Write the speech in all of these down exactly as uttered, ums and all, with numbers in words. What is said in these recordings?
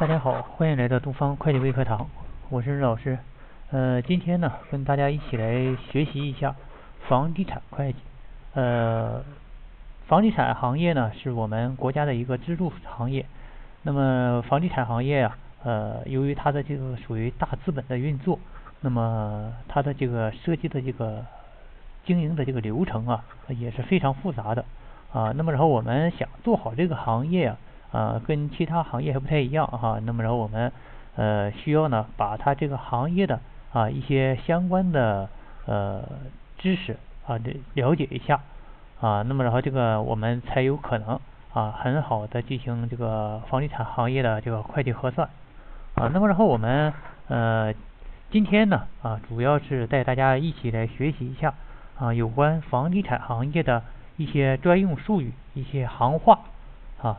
大家好，欢迎来到东方会计微课堂，我是任老师。呃，今天呢，跟大家一起来学习一下房地产会计。呃，房地产行业呢，是我们国家的一个支柱行业。那么，房地产行业啊，呃，由于它的这个属于大资本的运作，那么它的这个涉及的这个经营的这个流程啊，也是非常复杂的啊。那么，然后我们想做好这个行业啊。啊，跟其他行业还不太一样哈。那么然后我们呃需要呢把它这个行业的啊一些相关的呃知识啊的了解一下啊。那么然后这个我们才有可能啊很好的进行这个房地产行业的这个会计核算啊。那么然后我们呃今天呢啊主要是带大家一起来学习一下啊有关房地产行业的一些专用术语、一些行话啊。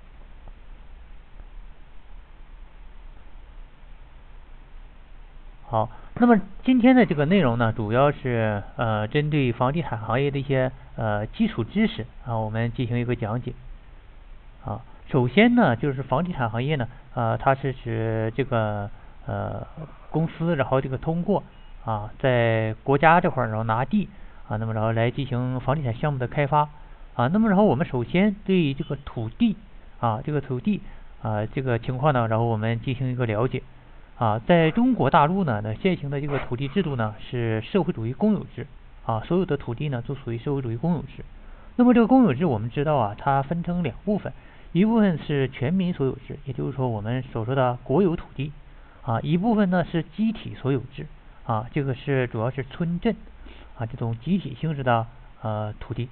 好，那么今天的这个内容呢，主要是呃针对房地产行业的一些呃基础知识啊，我们进行一个讲解啊。首先呢，就是房地产行业呢，呃，它是指这个呃公司，然后这个通过啊，在国家这块儿然后拿地啊，那么然后来进行房地产项目的开发啊。那么然后我们首先对这个土地啊，这个土地啊这个情况呢，然后我们进行一个了解。啊，在中国大陆呢，那现行的这个土地制度呢是社会主义公有制啊，所有的土地呢都属于社会主义公有制。那么这个公有制我们知道啊，它分成两部分，一部分是全民所有制，也就是说我们所说的国有土地啊，一部分呢是集体所有制啊，这个是主要是村镇啊这种集体性质的呃土地。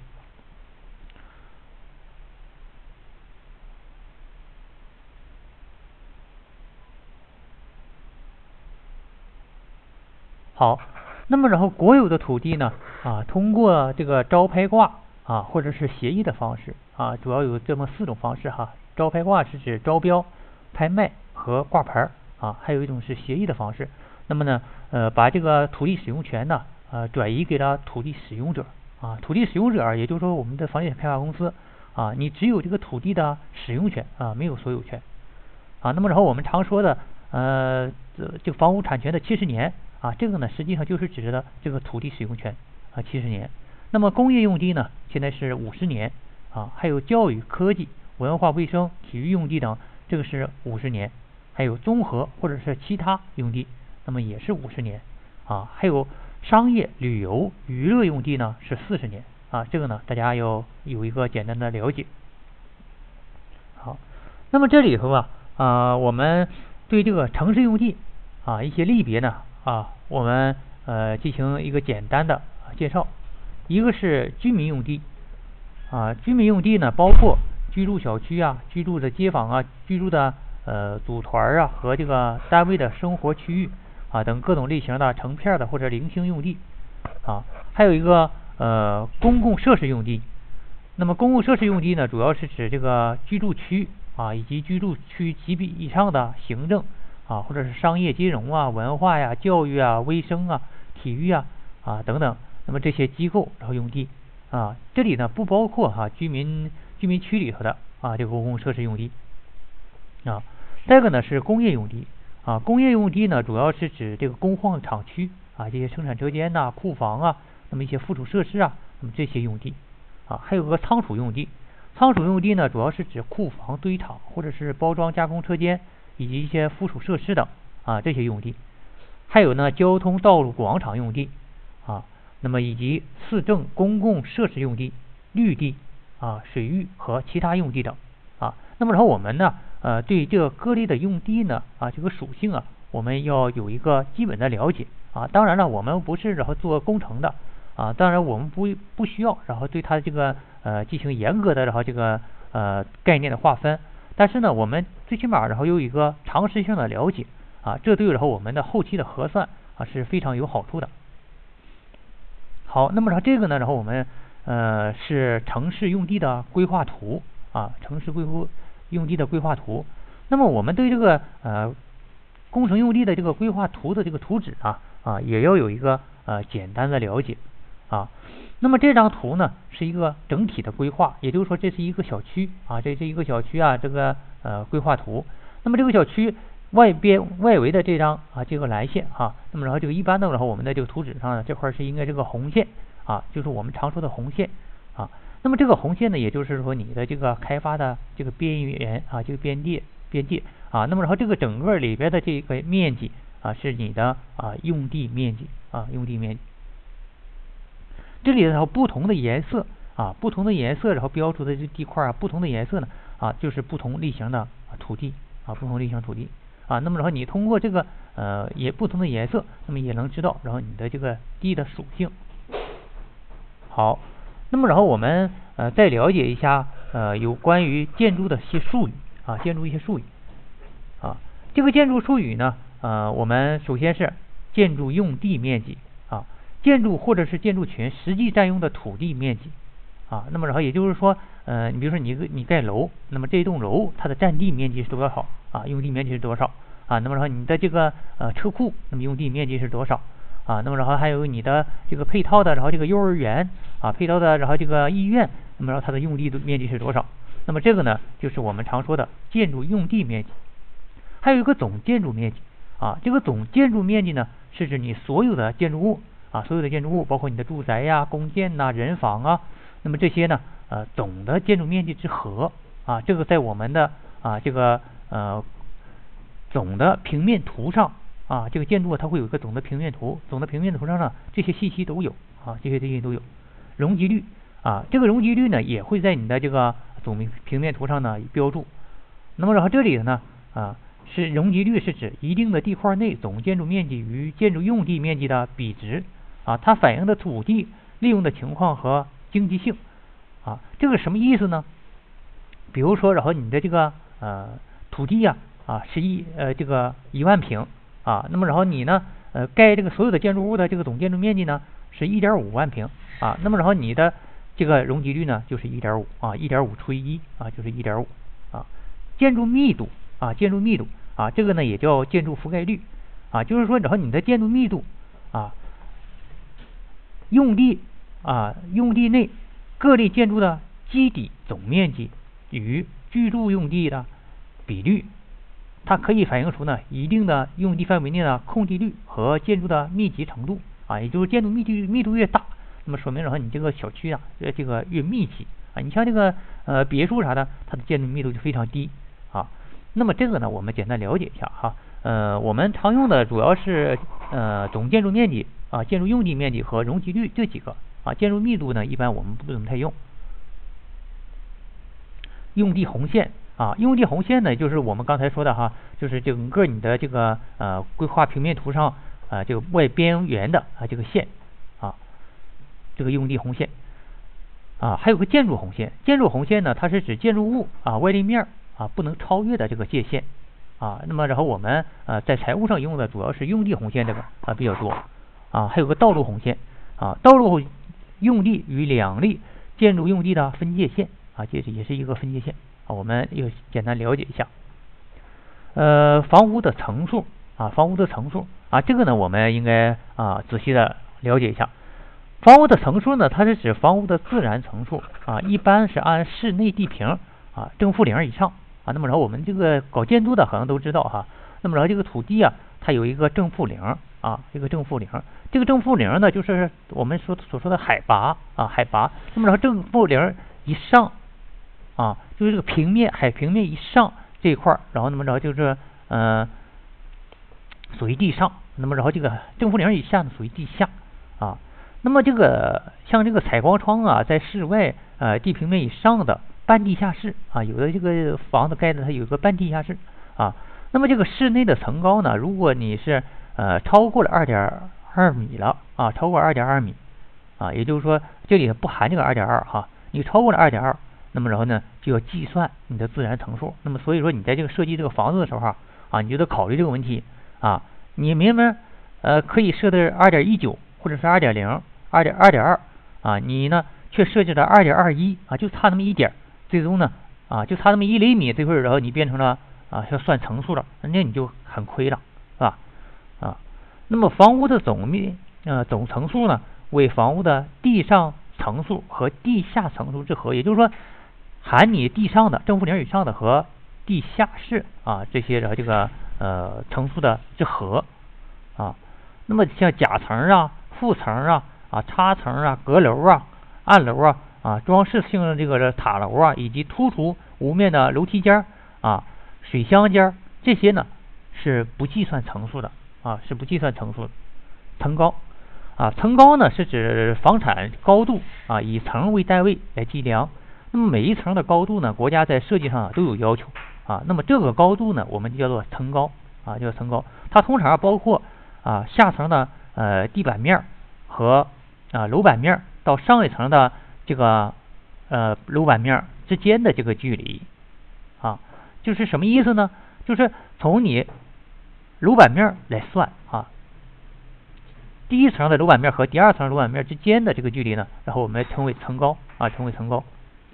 好，那么然后国有的土地呢，啊，通过这个招拍挂啊，或者是协议的方式啊，主要有这么四种方式哈。招拍挂是指招标、拍卖和挂牌啊，还有一种是协议的方式。那么呢，呃，把这个土地使用权呢，呃，转移给了土地使用者啊，土地使用者，也就是说我们的房地产开发公司啊，你只有这个土地的使用权啊，没有所有权啊。那么然后我们常说的呃，这个房屋产权的七十年。啊，这个呢实际上就是指的这个土地使用权啊，七十年。那么工业用地呢，现在是五十年啊，还有教育、科技、文化卫生、体育用地等，这个是五十年，还有综合或者是其他用地，那么也是五十年啊，还有商业、旅游、娱乐用地呢是四十年啊，这个呢大家要有一个简单的了解。好，那么这里头啊啊，我们对这个城市用地啊一些类别呢。啊，我们呃进行一个简单的介绍。一个是居民用地啊，居民用地呢包括居住小区啊、居住的街坊啊、居住的呃组团啊和这个单位的生活区域啊等各种类型的成片的或者零星用地啊。还有一个呃公共设施用地。那么公共设施用地呢，主要是指这个居住区啊以及居住区级别以上的行政。啊，或者是商业金融啊、文化呀、教育啊、卫生啊、体育啊啊等等，那么这些机构然后用地啊，这里呢不包括哈、啊、居民居民区里头的啊这个公共设施用地啊。再一个呢是工业用地啊，工业用地呢主要是指这个工矿厂区啊，这些生产车间呐、库房啊，那么一些附属设施啊，那么这些用地啊，还有个仓储用地，仓储用地呢主要是指库房、堆场或者是包装加工车间。以及一些附属设施等啊这些用地，还有呢交通道路广场用地啊，那么以及市政公共设施用地、绿地啊、水域和其他用地等啊。那么然后我们呢呃对这个各类的用地呢啊这个属性啊，我们要有一个基本的了解啊。当然了，我们不是然后做工程的啊，当然我们不不需要然后对它这个呃进行严格的然后这个呃概念的划分。但是呢，我们最起码然后有一个常识性的了解啊，这对然后我们的后期的核算啊是非常有好处的。好，那么然后这个呢，然后我们呃是城市用地的规划图啊，城市规划用地的规划图。那么我们对这个呃工程用地的这个规划图的这个图纸啊啊也要有一个呃简单的了解啊。那么这张图呢是一个整体的规划，也就是说这是一个小区啊，这是一个小区啊，这个呃规划图。 那么这个小区外边外围的这张啊这个蓝线啊，那么然后这个一般的然后我们的这个图纸上呢这块是应该这个红线啊，就是我们常说的红线啊。那么这个红线呢，也就是说你的这个开发的这个边缘啊，这个边界边界啊，那么然后这个整个里边的这个面积啊，是你的啊用地面积啊用地面积。这里然后不同的颜色啊，不同的颜色，然后标出的这地块啊，不同的颜色呢啊，就是不同类型的啊土地啊，不同类型土地啊。那么然后你通过这个呃也不同的颜色，那么也能知道然后你的这个地的属性。好，那么然后我们呃再了解一下呃有关于建筑的一些术语啊，建筑一些术语啊。这个建筑术语呢，呃我们首先是建筑用地面积啊，建筑或者是建筑群实际占用的土地面积啊。那么然后也就是说，呃你比如说你你盖楼，那么这栋楼它的占地面积是多少啊？用地面积是多少啊？那么然后你的这个呃车库，那么用地面积是多少？啊，那么然后还有你的这个配套的，然后这个幼儿园啊，配套的，然后这个医院，那么然后它的用地的面积是多少？那么这个呢，就是我们常说的建筑用地面积。还有一个总建筑面积啊，这个总建筑面积呢，是指你所有的建筑物啊，所有的建筑物，包括你的住宅呀、公建呐、人房啊，那么这些呢，呃，总的建筑面积之和啊，这个在我们的啊这个呃总的平面图上。啊，这个建筑它会有一个总的平面图，总的平面图上呢，这些信息都有啊，这些信息都有。容积率啊，这个容积率呢也会在你的这个总平面图上呢标注。那么然后这里呢啊是容积率是指一定的地块内总建筑面积与建筑用地面积的比值啊，它反映的土地利用的情况和经济性啊，这个什么意思呢？比如说，然后你的这个呃土地呀啊是一呃这个一万平。啊，那么然后你呢，呃，盖这个所有的建筑物的这个总建筑面积呢是一点五万平啊，那么然后你的这个容积率呢就是一点五啊，一点五除以一啊就是一点五啊。建筑密度啊，建筑密度啊，这个呢也叫建筑覆盖率啊，就是说然后你的建筑密度啊，用地啊用地内各类建筑的基底总面积与居住用地的比率。它可以反映出呢一定的用地范围内的空地率和建筑的密集程度啊，也就是建筑密度密度越大，那么说明然后你这个小区啊，呃这个越密集啊。你像这个呃别墅啥的，它的建筑密度就非常低啊。那么这个呢，我们简单了解一下哈。呃，我们常用的主要是呃总建筑面积啊、建筑用地面积和容积率这几个啊。建筑密度呢，一般我们不怎么太用。用地红线。啊，用地红线呢，就是我们刚才说的哈，就是整个你的这个呃规划平面图上啊、呃、这个外边缘的啊这个线啊，这个用地红线啊，还有个建筑红线。建筑红线呢，它是指建筑物啊外立面啊不能超越的这个界限啊。那么然后我们呃在财务上用的主要是用地红线这个啊比较多啊，还有个道路红线啊，道路用地与两类建筑用地的分界线啊，这是也是一个分界线。啊，我们又简单了解一下，呃，房屋的层数啊，房屋的层数啊，这个呢，我们应该啊仔细的了解一下。房屋的层数呢，它是指房屋的自然层数啊，一般是按室内地平啊正负零以上啊。那么然后我们这个搞建筑的好像都知道哈，那么然后这个土地啊，它有一个正负零啊，这个正负零，这个正负零呢，就是我们说所说的海拔啊，海拔。那么然后正负零以上。啊，就是这个平面海平面以上这一块儿，然后那么着就是呃属于地上，那么然后这个正负零以下呢属于地下啊。那么这个像这个采光窗啊，在室外呃地平面以上的半地下室啊，有的这个房子盖的它有个半地下室啊。那么这个室内的层高呢，如果你是呃超过了二点二米了啊，超过二点二米啊，也就是说这里不含这个二点二哈，你超过了二点二。那么然后呢，就要计算你的自然层数。那么所以说你在这个设计这个房子的时候啊，你就得考虑这个问题啊。你明明呃可以设的二点一九或者是二点零、二点二点二啊，你呢却设置了二点二一啊，就差那么一点，最终呢啊就差那么一厘米，这会儿然后你变成了啊要算层数了，那你就很亏了，是吧？啊，那么房屋的总面呃总层数呢，为房屋的地上层数和地下层数之和，也就是说。含你地上的正负零以上的和地下室啊这些的这个呃层数的之和啊。那么像夹层啊、副层啊、啊插层啊、阁楼啊、暗楼啊、啊装饰性的这个塔楼啊，以及突出屋面的楼梯间啊、水箱间这些呢是不计算层数的啊，是不计算层数的。层高啊，层高呢是指房产高度啊，以层为单位来计量。那么每一层的高度呢，国家在设计上都有要求啊。那么这个高度呢，我们就叫做层高啊，叫层高。它通常包括啊下层的呃地板面和啊楼板面到上一层的这个呃楼板面之间的这个距离啊，就是什么意思呢？就是从你楼板面来算啊，第一层的楼板面和第二层楼板面之间的这个距离呢，然后我们称为层高啊，称为层高。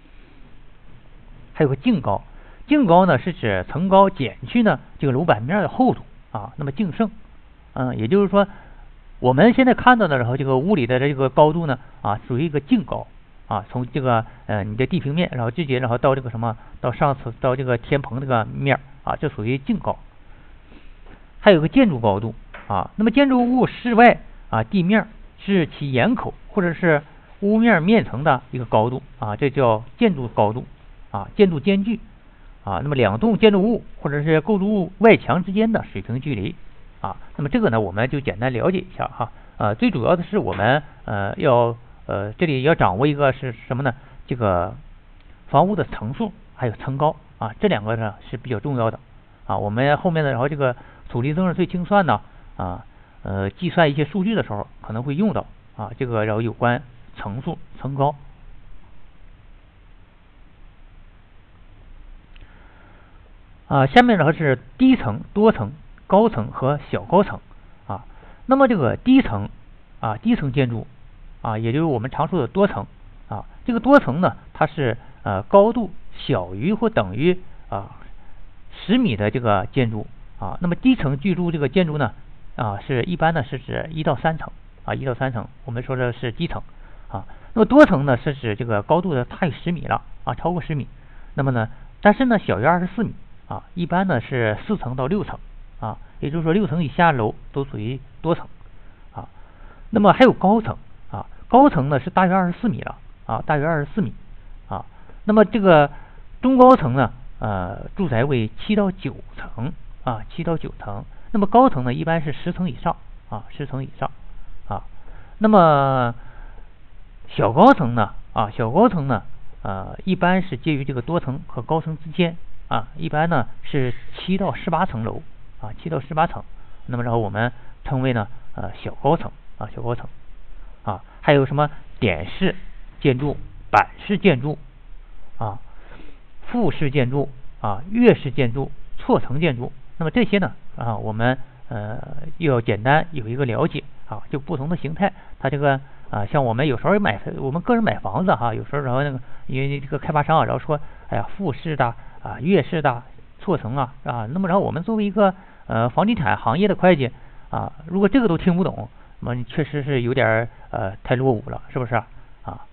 还有个净高，净高呢是指层高减去呢这个楼板面的厚度啊，那么净剩，嗯，也就是说我们现在看到的然后这个屋里的这个高度呢啊，属于一个净高啊，从这个呃你的地平面，然后直接然后到这个什么到上层到这个天棚这个面啊，这属于净高。还有个建筑高度啊，那么建筑物室外啊地面是其檐口或者是屋面面层的一个高度啊，这叫建筑高度啊，建筑间距啊，那么两栋建筑物或者是构筑物外墙之间的水平距离啊，那么这个呢我们就简单了解一下哈。呃，最主要的是我们呃要呃这里要掌握一个是什么呢？这个房屋的层数还有层高啊，这两个呢是比较重要的啊。我们后面的然后这个土地增值税清算呢啊呃计算一些数据的时候可能会用到啊这个然后有关层数层高。啊，下面呢是低层、多层、高层和小高层啊。那么这个低层啊，低层建筑啊，也就是我们常说的多层啊。这个多层呢，它是呃高度小于或等于啊十米的这个建筑啊。那么低层居住这个建筑呢啊，是一般呢是指一到三层啊，一到三层，我们说的是低层啊。那么多层呢是指这个高度的大于十米了啊，超过十米。那么呢，但是呢小于二十四米。啊，一般呢是四层到六层啊，也就是说六层以下楼都属于多层啊。那么还有高层啊，高层呢是大于二十四米了啊，大于二十四米啊。那么这个中高层呢，呃，住宅为七到九层啊，七到九层。那么高层呢一般是十层以上啊，十层以上啊。那么小高层呢啊，小高层呢呃，一般是介于这个多层和高层之间。啊，一般呢是七到十八层楼啊，七到十八层。那么然后我们称为呢呃小高层啊，小高层啊，还有什么点式建筑、板式建筑啊、复式建筑啊、跃式建筑、错层建筑。那么这些呢啊，我们呃要简单有一个了解啊，就不同的形态，它这个啊，像我们有时候买我们个人买房子哈，有时候然后那个因为这个开发商啊，然后说哎呀复式的。啊，跃式的错层啊啊，那么然后我们作为一个呃房地产行业的会计啊，如果这个都听不懂，那么你确实是有点呃太落伍了，是不是啊？啊，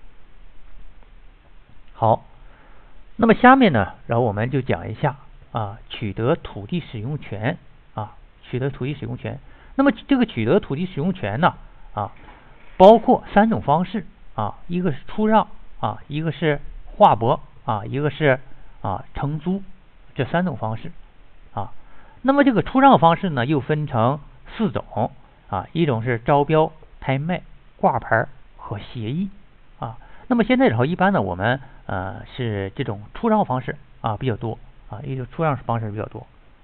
好，那么下面呢，然后我们就讲一下啊，取得土地使用权啊，取得土地使用权。那么这个取得土地使用权呢啊，包括三种方式啊，一个是出让啊，一个是划拨啊，一个是啊，承租这三种方式啊，那么这个出让方式呢，又分成四种啊，一种是招标、拍卖、挂牌和协议啊。那么现在然后一般呢，我们呃是这种出让方式啊比较多啊，一种出让方式比较多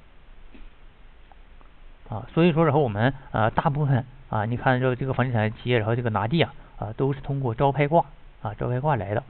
啊，所以说然后我们呃大部分啊，你看这这个房地产企业然后这个拿地啊啊都是通过招拍挂啊招拍挂来的。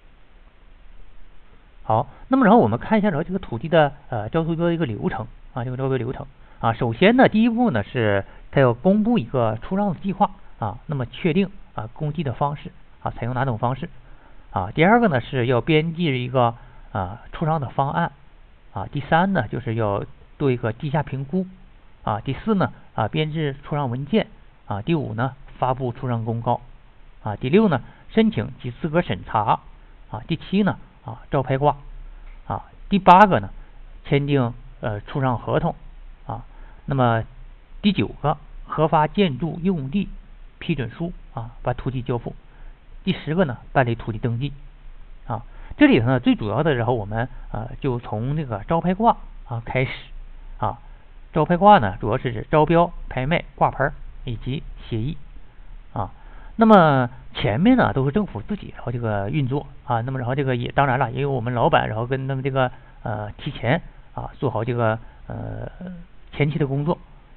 好，那么然后我们看一下然后这个土地的呃招投标的一个流程啊，这个招投标流程啊，首先呢，第一步呢是它要公布一个出让的计划啊，那么确定啊公地的方式啊，采用哪种方式啊？第二个呢是要编辑一个啊出让的方案啊，第三呢就是要做一个地价评估啊，第四呢啊编制出让文件啊，第五呢发布出让公告啊，第六呢申请及资格审查啊，第七呢啊，招拍挂啊，第八个呢， 签订呃出让合同啊。那么第九个，核发建筑用地批准书啊，把土地交付。第十个呢，办理土地登记啊。这里头呢，最主要的，然后我们啊就从那个招拍挂啊开始啊。招拍挂呢，主要是指招标、拍卖、挂牌以及协议啊。那么前面呢都是政府自己然后这个运作啊。那么然后这个也当然了，也有我们老板然后跟他们这个呃提前啊做好这个呃前期的工作。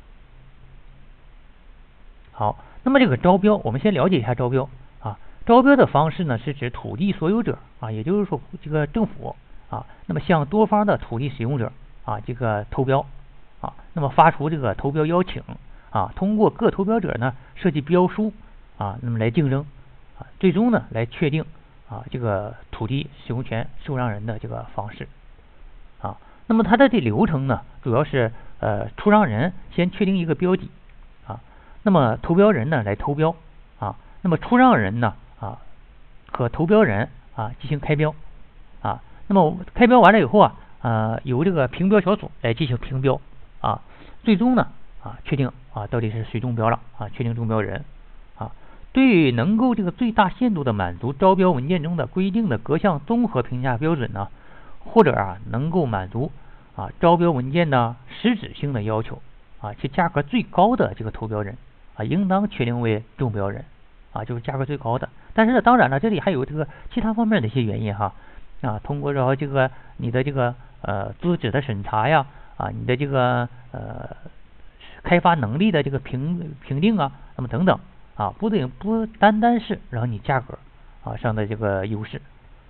好，那么这个招标，我们先了解一下招标啊。招标的方式呢，是指土地所有者啊，也就是说这个政府啊，那么向多方的土地使用者啊这个投标啊，那么发出这个投标邀请啊，通过各投标者呢设计标书啊，那么来竞争啊，最终呢来确定啊这个土地使用权受让人的这个方式啊。那么它的这流程呢，主要是呃出让人先确定一个标的啊，那么投标人呢来投标啊，那么出让人呢啊和投标人啊进行开标啊，那么开标完了以后啊，呃由这个评标小组来进行评标啊，最终呢啊确定啊到底是谁中标了啊，确定中标人啊。对于能够这个最大限度的满足招标文件中的规定的各项综合评价标准呢，或者啊能够满足啊招标文件的实质性的要求啊，其价格最高的这个投标人啊，应当确定为中标人啊，就是价格最高的。但是呢，当然了，这里还有这个其他方面的一些原因哈啊，通过然后这个你的这个呃资质的审查呀啊，你的这个呃开发能力的这个评评定啊，那么等等啊，不对，不单单是然后你价格啊上的这个优势。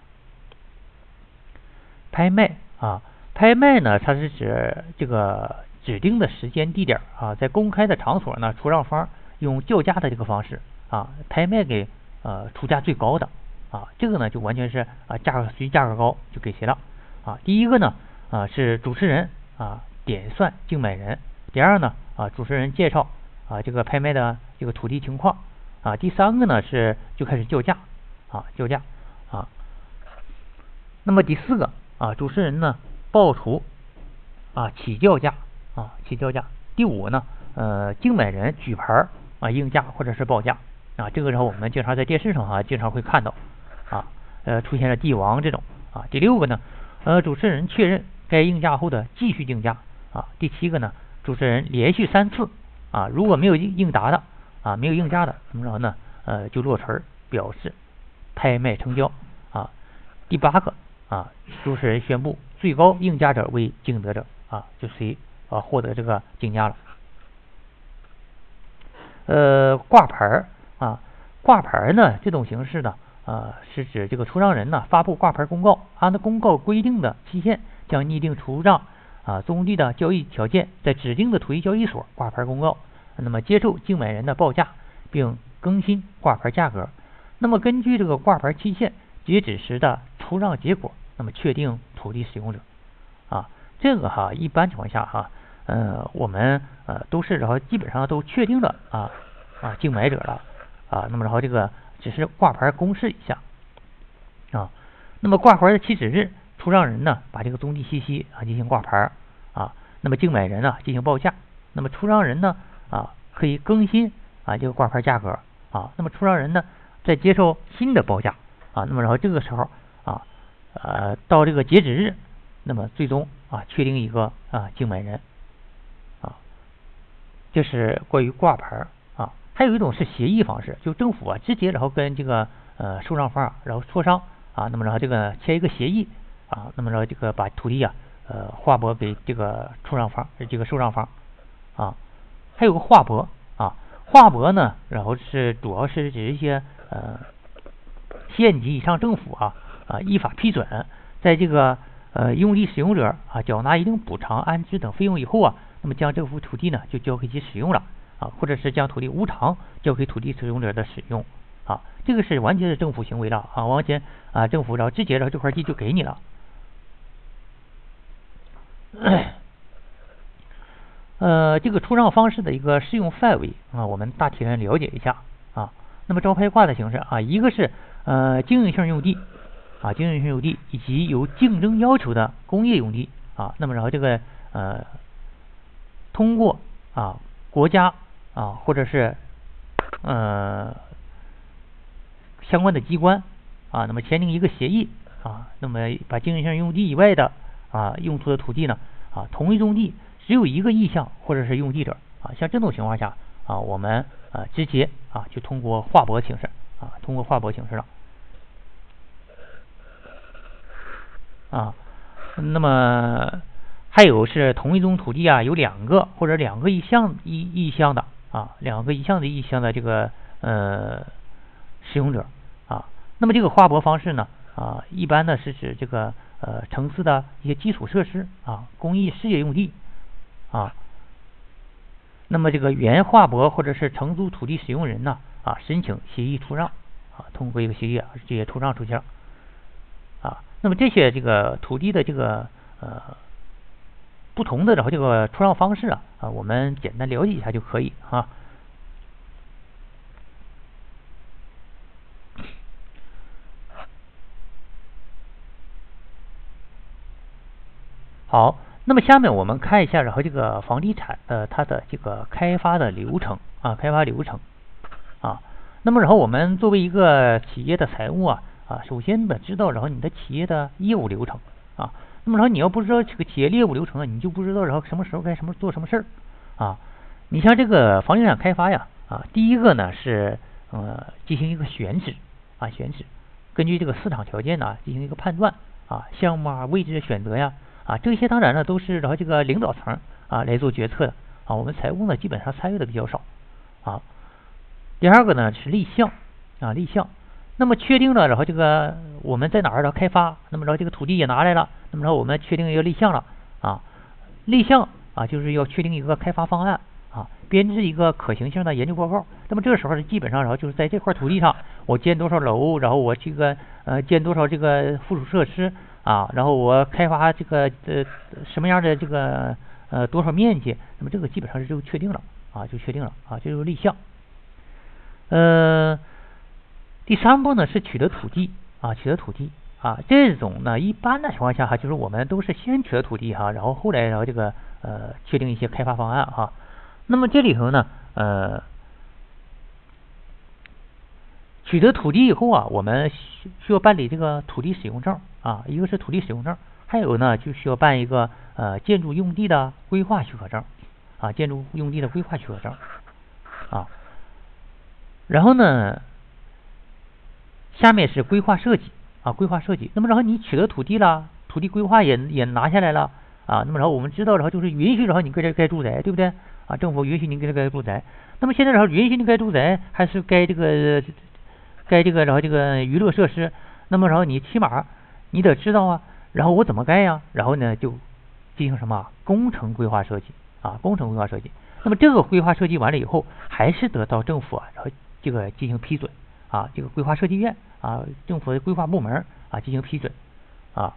拍卖啊，拍卖呢，它是指这个指定的时间地点啊，在公开的场所呢，出让方用较价的这个方式啊，拍卖给呃出价最高的啊，这个呢就完全是啊价格谁价格高就给谁了啊。第一个呢啊是主持人啊点算竞买人，第二呢啊主持人介绍啊这个拍卖的这个土地情况啊，第三个呢是就开始叫价啊叫价啊，那么第四个啊主持人呢报出啊起叫价啊起叫价，第五呢呃竞买人举牌啊应价或者是报价啊，这个时候我们经常在电视上哈、啊、经常会看到啊呃出现了帝王这种啊。第六个呢呃主持人确认该应价后的继续竞价啊。第七个呢主持人连续三次啊如果没有应答的啊没有应价的，怎么着呢呃就落锤表示拍卖成交啊。第八个啊主持人宣布最高应价者为竞得者啊，就谁啊获得这个竞价了。呃挂牌啊，挂牌呢这种形式呢啊是指这个出让人呢发布挂牌公告，按照公告规定的期限将拟定出让啊宗地的交易条件，在指定的土地交易所挂牌公告，那么接受竞买人的报价并更新挂牌价格，那么根据这个挂牌期限截止时的出让结果，那么确定土地使用者啊。这个哈一般情况下哈呃我们呃都是然后基本上都确定了啊啊竞买者了啊，那么然后这个只是挂牌公示一下啊。那么挂牌的起止日，出让人呢把这个宗地信息啊进行挂牌啊，那么竞买人呢进行报价，那么出让人呢啊可以更新啊这个挂牌价格啊，那么出让人呢再接受新的报价啊，那么然后这个时候啊呃到这个截止日，那么最终啊确定一个啊竞买人啊，这是关于挂牌啊。还有一种是协议方式，就政府啊直接然后跟这个呃受让方然后磋商啊，那么然后这个签一个协议啊，那么然后这个把土地啊呃划拨给这个出让方这个受让方啊。还有个划拨啊，划拨呢然后是主要是指一些呃县级以上政府啊啊依法批准，在这个呃用地使用者啊缴纳一定补偿、安置等费用以后啊，那么将这幅土地呢就交给其使用了啊，或者是将土地无偿交给土地使用者的使用啊，这个是完全是政府行为了啊，完全啊政府然后直接然后这块地就给你了。呃，这个出让方式的一个适用范围啊，我们大体上了解一下啊。那么招拍挂的形式啊，一个是呃经营性用地啊，经营性用地以及有竞争要求的工业用地啊，那么然后这个呃通过啊国家啊或者是呃相关的机关啊，那么签订一个协议啊，那么把经营性用地以外的啊用途的土地呢啊同一种地只有一个意向或者是用地者啊，像这种情况下啊，我们啊直接啊就通过划拨形式啊，通过划拨形式了啊。那么还有是同一种土地啊，有两个或者两个意向意意向的啊，两个意向的意向的这个呃使用者啊。那么这个划拨方式呢啊，一般呢是指这个呃城市的一些基础设施啊，公益事业用地啊。那么这个原划拨或者是承租土地使用人呢啊，申请协议出让啊，通过一个协议啊，直接出让出去了啊。那么这些这个土地的这个呃不同的然后这个出让方式啊啊，我们简单了解一下就可以啊。好，那么下面我们看一下然后这个房地产的它的这个开发的流程啊，开发流程啊。那么然后我们作为一个企业的财务啊啊，首先得知道然后你的企业的业务流程啊。那么然后你要不知道这个企业业务流程啊，你就不知道然后什么时候该什么做什么事儿啊。你像这个房地产开发呀啊，第一个呢是呃进行一个选址啊，选址，根据这个市场条件呢进行一个判断啊，项目啊位置的选择呀啊，这些当然呢都是然后这个领导层啊来做决策的啊，我们财务呢基本上参与的比较少啊。第二个呢是立项啊，立项。那么确定了，然后这个我们在哪儿的开发，那么然后这个土地也拿来了，那么然后我们确定要立项了啊，立项啊就是要确定一个开发方案啊，编制一个可行性的研究报告。那么这个时候呢，基本上然后就是在这块土地上，我建多少楼，然后我这个呃建多少这个附属设施啊，然后我开发这个呃什么样的这个呃多少面积，那么这个基本上是就确定了啊，就确定了啊，这就是立项。呃。第三步呢是取得土地啊，取得土地啊，这种呢一般的情况下哈，就是我们都是先取得土地哈，然后后来然后这个呃确定一些开发方案哈。那么这里头呢呃取得土地以后啊，我们需需要办理这个土地使用证啊，一个是土地使用证，还有呢就需要办一个呃建筑用地的规划许可证啊，建筑用地的规划许可证啊，然后呢。下面是规划设计啊，规划设计。那么然后你取得土地了，土地规划也也拿下来了啊。那么然后我们知道然后就是允许然后你搁这盖住宅，对不对啊？政府允许你搁这盖住宅。那么现在然后允许你盖住宅，还是盖这个盖这个然后这个娱乐设施？那么然后你起码你得知道啊，然后我怎么盖呀？然后呢就进行什么工程规划设计啊，工程规划设计。那么这个规划设计完了以后，还是得到政府啊然后这个进行批准。啊，这个规划设计院啊，政府的规划部门啊进行批准啊。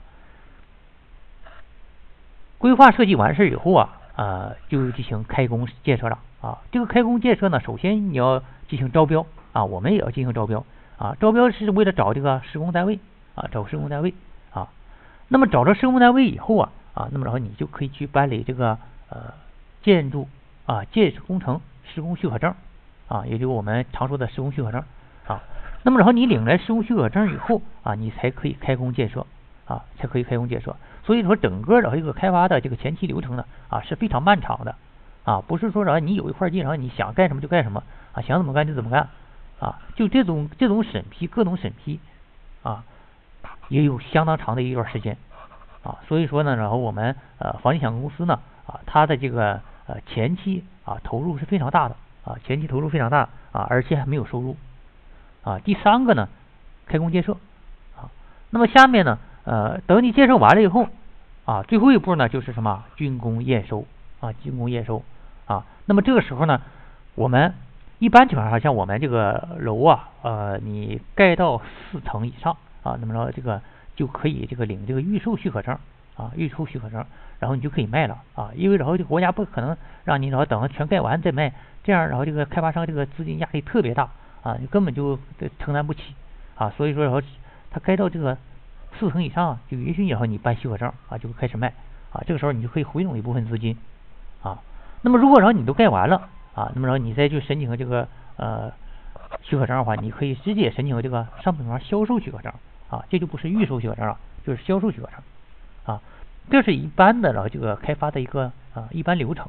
规划设计完事以后啊，呃，就进行开工建设了啊。这个开工建设呢，首先你要进行招标啊，我们也要进行招标啊。招标是为了找这个施工单位啊，找施工单位啊。那么找着施工单位以后啊啊，那么然后你就可以去办理这个呃建筑啊建设工程施工许可证啊，也就是我们常说的施工许可证。啊，那么然后你领来施工许可证以后啊，你才可以开工建设啊，才可以开工建设。所以说整个的这个开发的这个前期流程呢啊是非常漫长的啊，不是说然后你有一块地，然后你想干什么就干什么啊，想怎么干就怎么干啊，就这种这种审批各种审批啊，也有相当长的一段时间啊。所以说呢，然后我们呃房地产公司呢啊，它的这个呃前期啊投入是非常大的啊，前期投入非常大啊，而且还没有收入。啊，第三个呢，开工建设啊。那么下面呢，呃，等你建设完了以后啊，最后一步呢就是什么竣工验收啊，竣工验收啊。那么这个时候呢，我们一般情况下，像我们这个楼啊，呃，你盖到四层以上啊，那么着这个就可以这个领这个预售许可证啊，预售许可证，然后你就可以卖了啊。因为然后这个国家不可能让你然后等到全盖完再卖，这样然后这个开发商这个资金压力特别大。啊，你根本就承担不起啊，所以说然后他盖到这个四层以上就允许然后你办许可证啊，就开始卖啊，这个时候你就可以回笼一部分资金啊。那么如果然后你都盖完了啊，那么然后你再去申请这个呃许可证的话，你可以直接申请这个商品房销售许可证啊，这就不是预售许可证了，就是销售许可证啊。这是一般的然后这个开发的一个啊一般流程。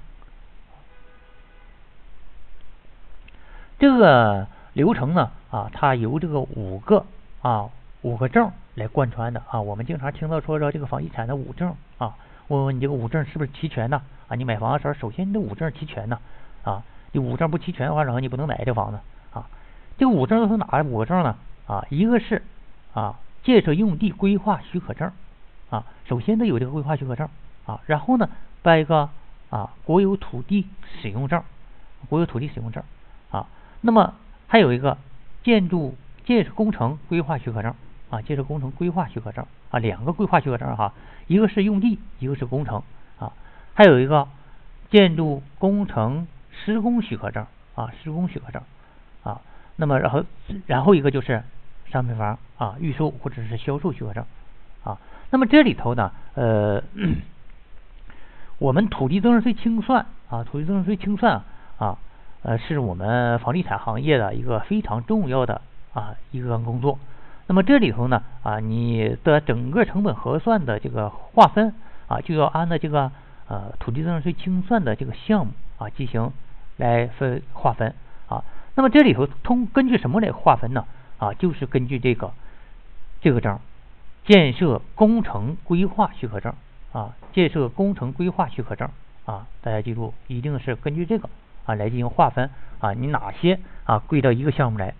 这个流程呢啊，它由这个五个啊五个证来贯穿的啊。我们经常听到说说这个房地产的五证啊，问问你这个五证是不是齐全呢？啊，你买房的时候，首先你的五证齐全呢啊，你五证不齐全的话，然后你不能买这房子啊。这个五证都是哪五个证呢？啊，一个是啊建设用地规划许可证啊，首先得有这个规划许可证啊，然后呢办一个啊国有土地使用证，国有土地使用证啊。那么还有一个建筑建设工程规划许可证啊，建设工程规划许可证啊，两个规划许可证哈，一个是用地，一个是工程啊，还有一个建筑工程施工许可证啊，施工许可证啊。那么然后然后一个就是商品房啊预售或者是销售许可证啊。那么这里头呢，呃，我们土地增值税清算啊，土地增值税清算啊。呃，是我们房地产行业的一个非常重要的啊一个工作。那么这里头呢啊，你的整个成本核算的这个划分啊，就要按照这个呃土地增值税清算的这个项目啊进行来分划分啊。那么这里头通根据什么来划分呢？啊，就是根据这个这个证，建设工程规划许可证啊，建设工程规划许可证啊，大家记住，一定是根据这个啊来进行划分啊，你哪些啊归到一个项目来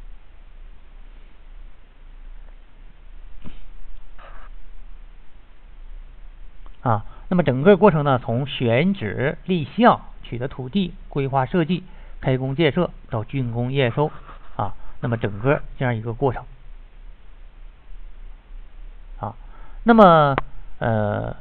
啊？那么整个过程呢，从选址、立项、取得土地、规划设计、开工建设到竣工验收啊，那么整个这样一个过程啊。那么呃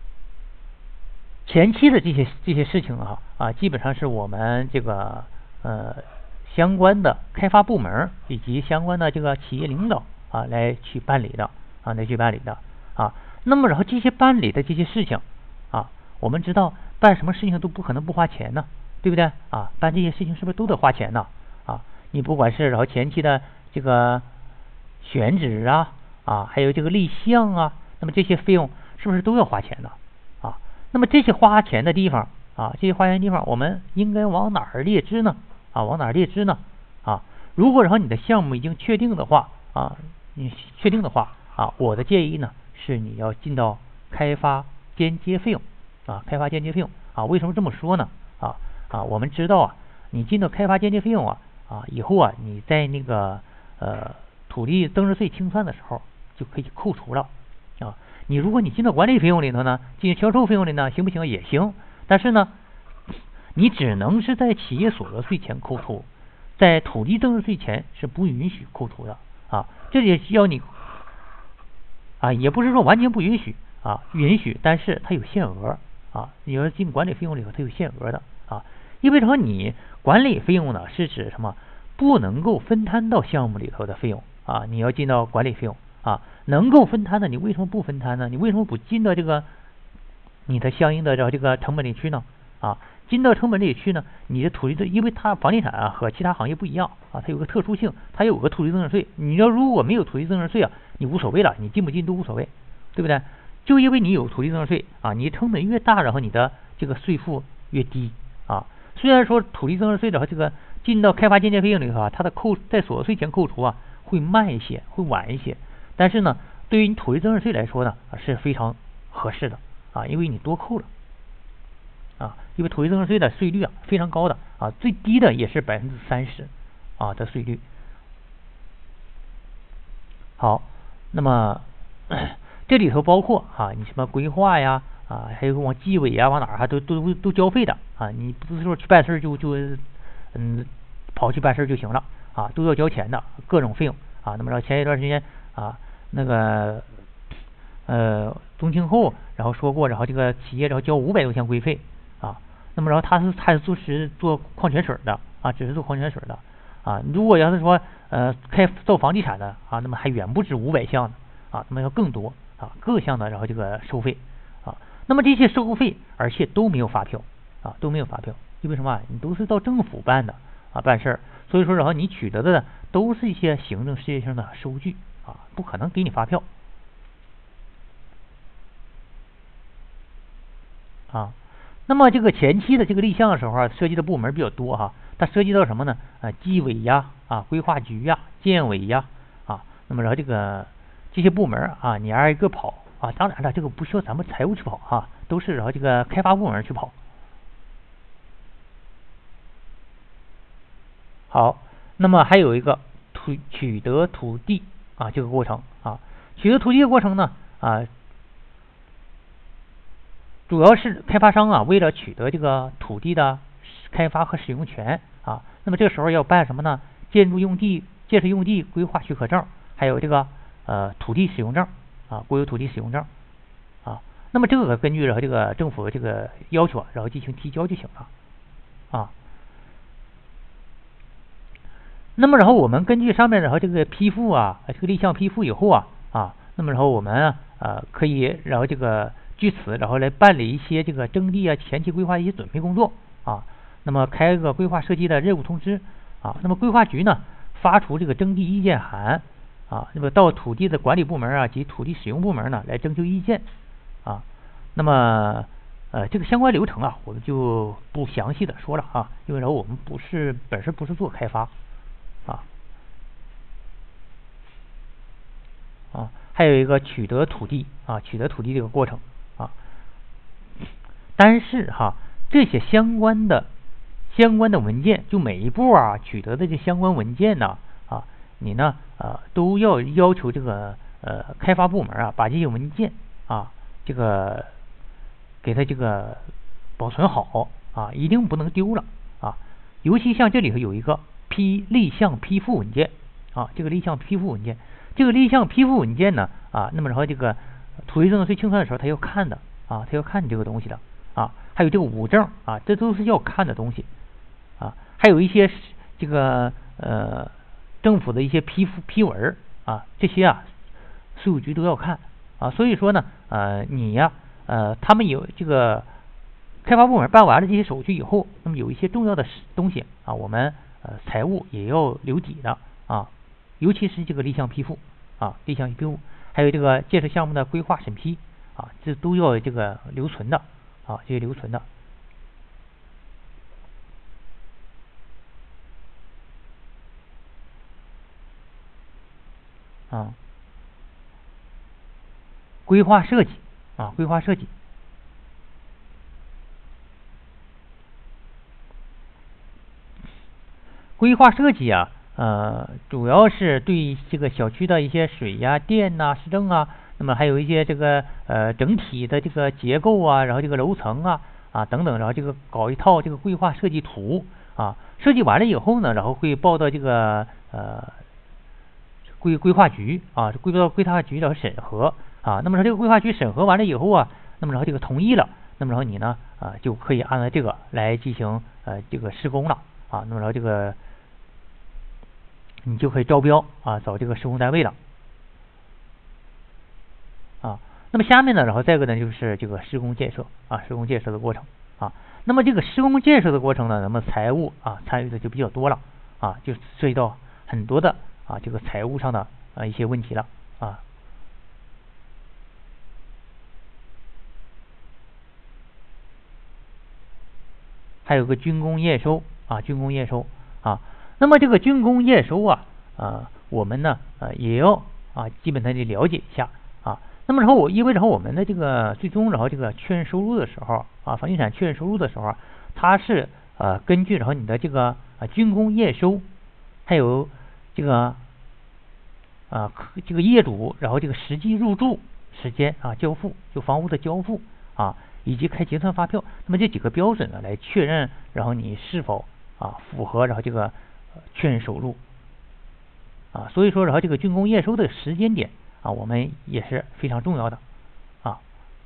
前期的这些这些事情啊啊，基本上是我们这个呃相关的开发部门以及相关的这个企业领导啊来去办理的啊来去办理的啊。那么然后这些办理的这些事情啊，我们知道办什么事情都不可能不花钱呢，对不对啊？办这些事情是不是都得花钱呢？啊，你不管是然后前期的这个选址啊啊，还有这个立项啊，那么这些费用是不是都要花钱呢？啊，那么这些花钱的地方啊，这些花钱的地方，我们应该往哪儿列支呢？啊，往哪儿列支呢？啊，如果然后你的项目已经确定的话啊，你确定的话啊，我的建议呢是你要进到开发间接费用啊，开发间接费用啊。为什么这么说呢？啊啊，我们知道啊，你进到开发间接费用啊啊以后啊，你在那个呃土地增值税清算的时候就可以扣除了啊。你如果你进到管理费用里头呢，进销售费用里呢，行不行？也行，但是呢，你只能是在企业所得税前扣除，在土地增值税前是不允许扣除的啊。这也需要你啊，也不是说完全不允许啊，允许，但是它有限额啊。你要进管理费用里头，它有限额的啊。意味着说你管理费用呢是指什么？不能够分摊到项目里头的费用啊，你要进到管理费用啊。能够分摊的，你为什么不分摊呢？你为什么不进到这个你的相应的这个成本里去呢？啊，进到成本里去呢，你的土地的，因为它房地产啊和其他行业不一样啊，它有个特殊性，它有个土地增值税。你要如果没有土地增值税啊，你无所谓了，你进不进都无所谓，对不对？就因为你有土地增值税啊，你成本越大，然后你的这个税负越低啊。虽然说土地增值税的话，这个进到开发间接费用里头啊，它的扣在所得税前扣除啊会慢一些，会晚一些。但是呢，对于你土地增值税来说呢，是非常合适的啊，因为你多扣了啊，因为土地增值税的税率啊非常高的啊，最低的也是百分之三十啊的税率。好，那么这里头包括啊，你什么规划呀啊，还有往纪委啊，往哪儿还都都都交费的啊，你不是说去办事就就嗯跑去办事就行了啊，都要交钱的各种费用啊。那么前一段时间啊，那个呃宗庆后然后说过，然后这个企业然后交五百多钱规费啊，那么然后他是他是做是做矿泉水的啊，只是做矿泉水的啊。如果要是说呃开造房地产的啊，那么还远不止五百项呢啊，那么要更多啊，各项的然后这个收费啊。 那么这些收费，而且都没有发票啊，都没有发票，因为什么啊？你都是到政府办的啊，办事儿，所以说然后你取得的都是一些行政事业上的收据啊，不可能给你发票啊。那么这个前期的这个立项的时候啊，涉及的部门比较多哈，它涉及到什么呢？啊，纪委呀，啊，规划局呀，建委呀，啊，那么然后这个这些部门啊，你挨个跑啊，当然了，这个不需要咱们财务去跑哈，都是然后这个开发部门去跑。好，那么还有一个土取得土地啊这个过程啊，取得土地的过程呢啊。主要是开发商啊，为了取得这个土地的开发和使用权啊，那么这个时候要办什么呢？建筑用地、建设用地规划许可证，还有这个呃土地使用证啊，国有土地使用证啊。那么这个根据然后这个政府这个要求啊，然后进行提交就行了啊。那么然后我们根据上面然后这个批复啊，这个立项批复以后啊啊，那么然后我们呃可以然后这个。据此，然后来办理一些这个征地啊、前期规划一些准备工作啊。那么开一个规划设计的任务通知啊。那么规划局呢发出这个征地意见函啊。那么到土地的管理部门啊及土地使用部门呢来征求意见啊。那么呃这个相关流程啊，我们就不详细的说了啊，因为然后我们不是本身不是做开发啊啊。还有一个取得土地啊，取得土地这个过程。啊，但是哈，这些相关的相关的文件，就每一步啊取得的这相关文件呢啊，你呢呃都要要求这个呃开发部门啊，把这些文件啊这个给它这个保存好啊，一定不能丢了啊。尤其像这里头有一个批立项批复文件啊，这个立项批复文件，这个立项批复文件呢啊，那么然后这个。土地增值税清算的时候，他要看的啊，他要看你这个东西的啊，还有这个五证啊，这都是要看的东西啊，还有一些这个呃政府的一些批复批文啊，这些啊税务局都要看啊，所以说呢呃你呀呃他们有这个开发部门办完了这些手续以后，那么有一些重要的东西啊，我们呃财务也要留底的啊，尤其是这个立项批复啊，立项批复。还有这个建设项目的规划审批啊，这都要这个留存的啊，这些留存的啊。规划设计啊，规划设计，规划设计啊，呃，主要是对这个小区的一些水呀、电呐、市政啊，那么还有一些这个呃整体的这个结构啊，然后这个楼层啊啊等等，然后这个搞一套这个规划设计图啊，设计完了以后呢，然后会报到这个呃规规划局啊，归到规划局然后审核啊。那么说这个规划局审核完了以后啊，那么然后这个同意了，那么然后你呢啊就可以按照这个来进行呃这个施工了啊。那么然后这个。你就可以招标啊，找这个施工单位了啊。那么下面呢，然后再一个呢，就是这个施工建设啊，施工建设的过程啊。那么这个施工建设的过程呢，那么财务啊参与的就比较多了啊，就涉及到很多的啊这个财务上的啊一些问题了啊。还有个竣工验收啊，竣工验收啊。那么这个竣工验收啊，啊，我们呢，呃，也要啊，基本上得了解一下啊。那么然后我因为然后我们的这个最终然后这个确认收入的时候啊，房地产确认收入的时候，它是呃根据然后你的这个啊竣工验收，还有这个啊这个业主然后这个实际入住时间啊交付就房屋的交付啊以及开结算发票，那么这几个标准呢来确认然后你是否啊符合然后这个确认收入啊，所以说然后这个竣工验收的时间点啊我们也是非常重要的啊。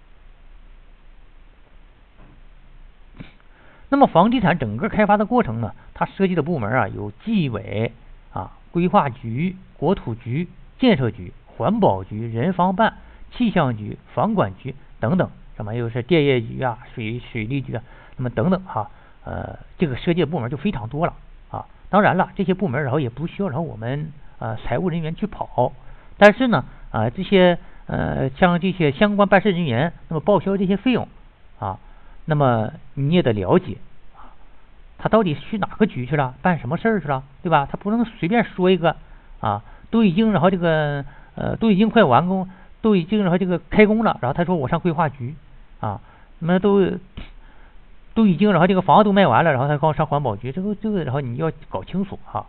那么房地产整个开发的过程呢，它涉及的部门啊有纪委啊、规划局、国土局、建设局、环保局、人防办、气象局、房管局等等什么又是电业局啊、水水利局啊，那么等等哈，呃，这个涉及的部门就非常多了啊。当然了，这些部门然后也不需要然后我们呃财务人员去跑，但是呢啊这些呃像这些相关办事人员，那么报销这些费用啊，那么你也得了解啊，他到底去哪个局去了，办什么事儿去了，对吧？他不能随便说一个啊，都已经然后这个呃都已经快完工，都已经然后这个开工了，然后他说我上规划局啊，那么都都已经然后这个房子都卖完了，然后他刚上环保局，这个这个然后你要搞清楚哈。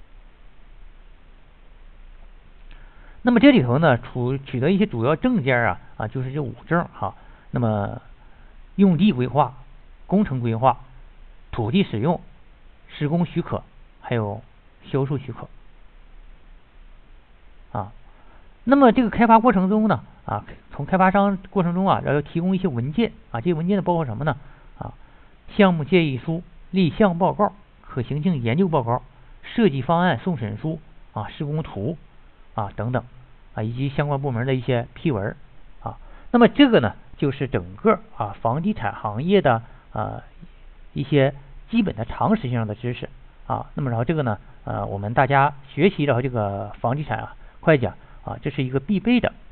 那么这里头呢，取取得一些主要证件啊啊，就是这五证哈。那么用地规划、工程规划、土地使用、施工许可，还有销售许可啊。那么这个开发过程中呢啊，从开发商过程中啊，要提供一些文件啊，这些文件呢包括什么呢啊？项目建议书、立项报告、可行性研究报告、设计方案送审书啊、施工图啊等等啊，以及相关部门的一些批文啊。那么这个呢，就是整个啊房地产行业的啊一些基本的常识性上的知识啊。那么然后这个呢，呃，我们大家学习然后这个房地产啊会计啊，啊这是一个必备的